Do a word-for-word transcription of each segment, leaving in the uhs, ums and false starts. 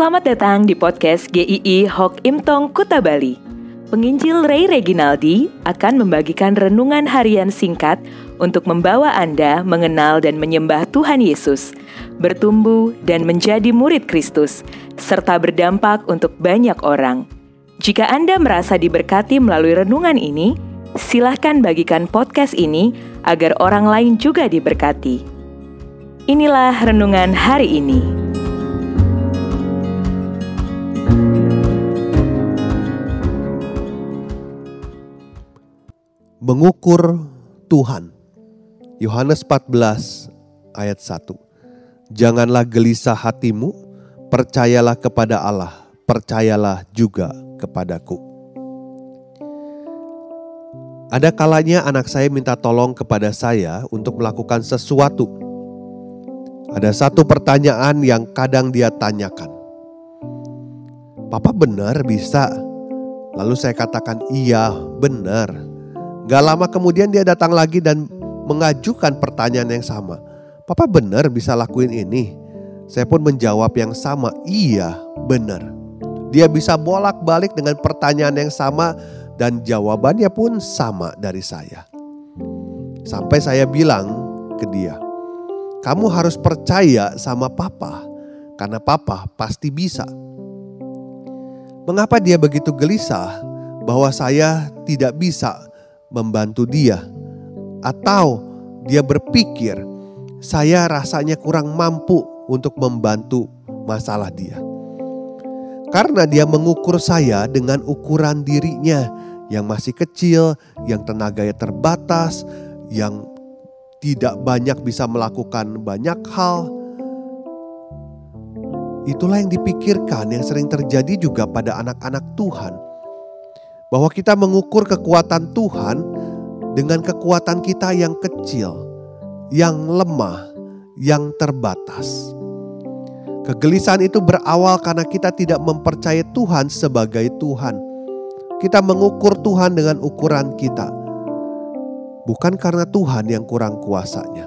Selamat datang di podcast G I I Hok Imtong Kuta Bali. Penginjil Ray Reginaldi akan membagikan renungan harian singkat untuk membawa Anda mengenal dan menyembah Tuhan Yesus, bertumbuh dan menjadi murid Kristus, serta berdampak untuk banyak orang. Jika Anda merasa diberkati melalui renungan ini, silahkan bagikan podcast ini agar orang lain juga diberkati. Inilah renungan hari ini. Mengukur Tuhan. Yohanes empat belas ayat satu. Janganlah gelisah hatimu, percayalah kepada Allah, percayalah juga kepadaku. Ada kalanya anak saya minta tolong kepada saya untuk melakukan sesuatu. Ada satu pertanyaan yang kadang dia tanyakan. Papa benar bisa? Lalu saya katakan iya benar. Gak lama kemudian dia datang lagi dan mengajukan pertanyaan yang sama. Papa benar bisa lakuin ini? Saya pun menjawab yang sama, iya benar. Dia bisa bolak-balik dengan pertanyaan yang sama dan jawabannya pun sama dari saya. Sampai saya bilang ke dia, kamu harus percaya sama papa, karena papa pasti bisa. Mengapa dia begitu gelisah bahwa saya tidak bisa membantu dia? Atau dia berpikir saya rasanya kurang mampu untuk membantu masalah dia. Karena dia mengukur saya dengan ukuran dirinya yang masih kecil, yang tenaganya terbatas, yang tidak banyak bisa melakukan banyak hal. Itulah yang dipikirkan yang sering terjadi juga pada anak-anak Tuhan. Bahwa kita mengukur kekuatan Tuhan dengan kekuatan kita yang kecil, yang lemah, yang terbatas. Kegelisahan itu berawal karena kita tidak mempercayai Tuhan sebagai Tuhan. Kita mengukur Tuhan dengan ukuran kita, bukan karena Tuhan yang kurang kuasanya.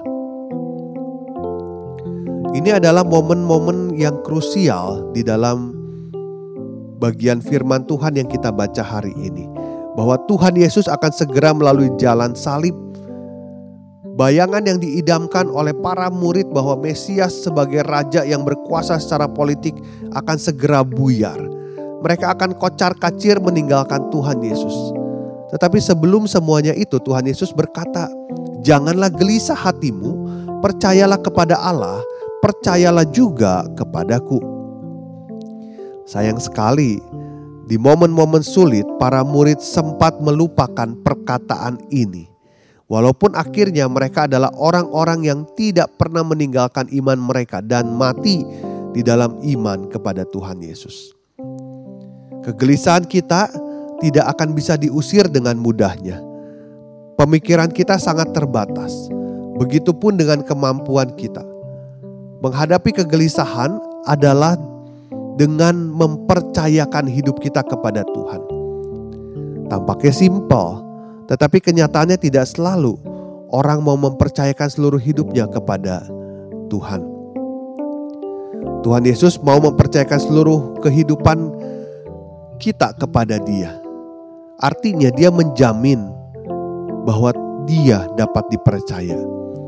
Ini adalah momen-momen yang krusial di dalam bagian firman Tuhan yang kita baca hari ini, bahwa Tuhan Yesus akan segera melalui jalan salib. Bayangan yang diidamkan oleh para murid bahwa Mesias sebagai raja yang berkuasa secara politik akan segera buyar. Mereka akan kocar-kacir meninggalkan Tuhan Yesus. Tetapi sebelum semuanya itu, Tuhan Yesus berkata, janganlah gelisah hatimu, percayalah kepada Allah, percayalah juga kepadaku. Sayang sekali, di momen-momen sulit para murid sempat melupakan perkataan ini. Walaupun akhirnya mereka adalah orang-orang yang tidak pernah meninggalkan iman mereka dan mati di dalam iman kepada Tuhan Yesus. Kegelisahan kita tidak akan bisa diusir dengan mudahnya. Pemikiran kita sangat terbatas. Begitupun dengan kemampuan kita. Menghadapi kegelisahan adalah dengan mempercayakan hidup kita kepada Tuhan. Tampaknya simpel, tetapi kenyataannya tidak selalu orang mau mempercayakan seluruh hidupnya kepada Tuhan. Tuhan Yesus mau mempercayakan seluruh kehidupan kita kepada Dia. Artinya Dia menjamin bahwa Dia dapat dipercaya.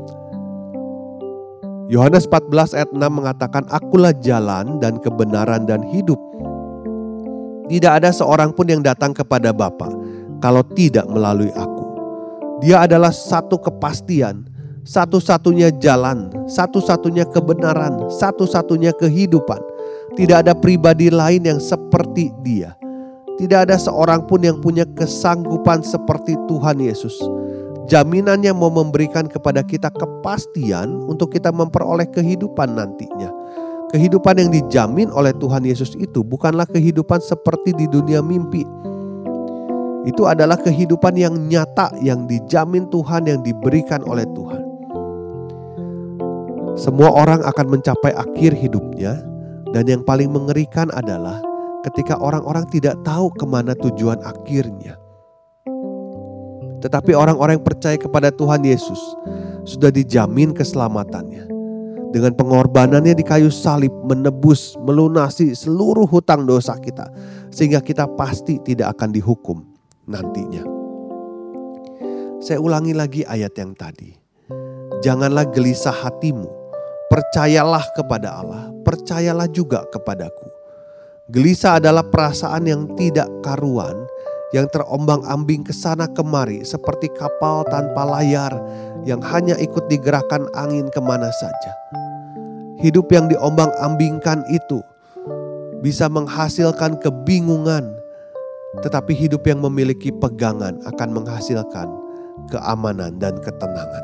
Yohanes empat belas ayat enam mengatakan, akulah jalan dan kebenaran dan hidup. Tidak ada seorang pun yang datang kepada Bapa kalau tidak melalui aku. Dia adalah satu kepastian, satu-satunya jalan, satu-satunya kebenaran, satu-satunya kehidupan. Tidak ada pribadi lain yang seperti Dia. Tidak ada seorang pun yang punya kesanggupan seperti Tuhan Yesus. Jaminannya mau memberikan kepada kita kepastian untuk kita memperoleh kehidupan nantinya. Kehidupan yang dijamin oleh Tuhan Yesus itu bukanlah kehidupan seperti di dunia mimpi. Itu adalah kehidupan yang nyata, yang dijamin Tuhan, yang diberikan oleh Tuhan. Semua orang akan mencapai akhir hidupnya, dan yang paling mengerikan adalah ketika orang-orang tidak tahu kemana tujuan akhirnya. Tetapi orang-orang yang percaya kepada Tuhan Yesus sudah dijamin keselamatannya. Dengan pengorbanannya di kayu salib menebus, melunasi seluruh hutang dosa kita. Sehingga kita pasti tidak akan dihukum nantinya. Saya ulangi lagi ayat yang tadi. Janganlah gelisah hatimu, percayalah kepada Allah, percayalah juga kepadaku. Gelisah adalah perasaan yang tidak karuan, yang terombang-ambing ke sana kemari seperti kapal tanpa layar yang hanya ikut digerakkan angin kemana saja. Hidup yang diombang-ambingkan itu bisa menghasilkan kebingungan, tetapi hidup yang memiliki pegangan akan menghasilkan keamanan dan ketenangan.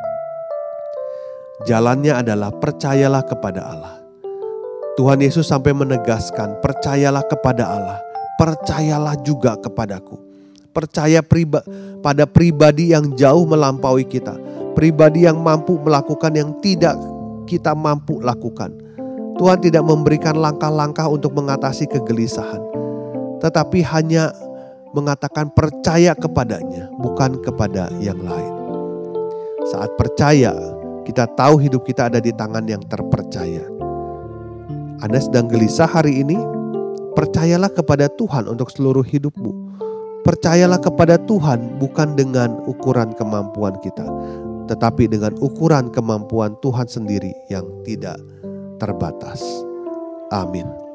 Jalannya adalah percayalah kepada Allah. Tuhan Yesus sampai menegaskan, percayalah kepada Allah, percayalah juga kepadaku. Percaya priba, pada pribadi yang jauh melampaui kita, pribadi yang mampu melakukan yang tidak kita mampu lakukan. Tuhan tidak memberikan langkah-langkah untuk mengatasi kegelisahan, tetapi hanya mengatakan percaya kepadanya, bukan kepada yang lain. Saat percaya, kita tahu hidup kita ada di tangan yang terpercaya. Anda sedang gelisah hari ini, percayalah kepada Tuhan untuk seluruh hidupmu. Percayalah kepada Tuhan bukan dengan ukuran kemampuan kita, tetapi dengan ukuran kemampuan Tuhan sendiri yang tidak terbatas. Amin.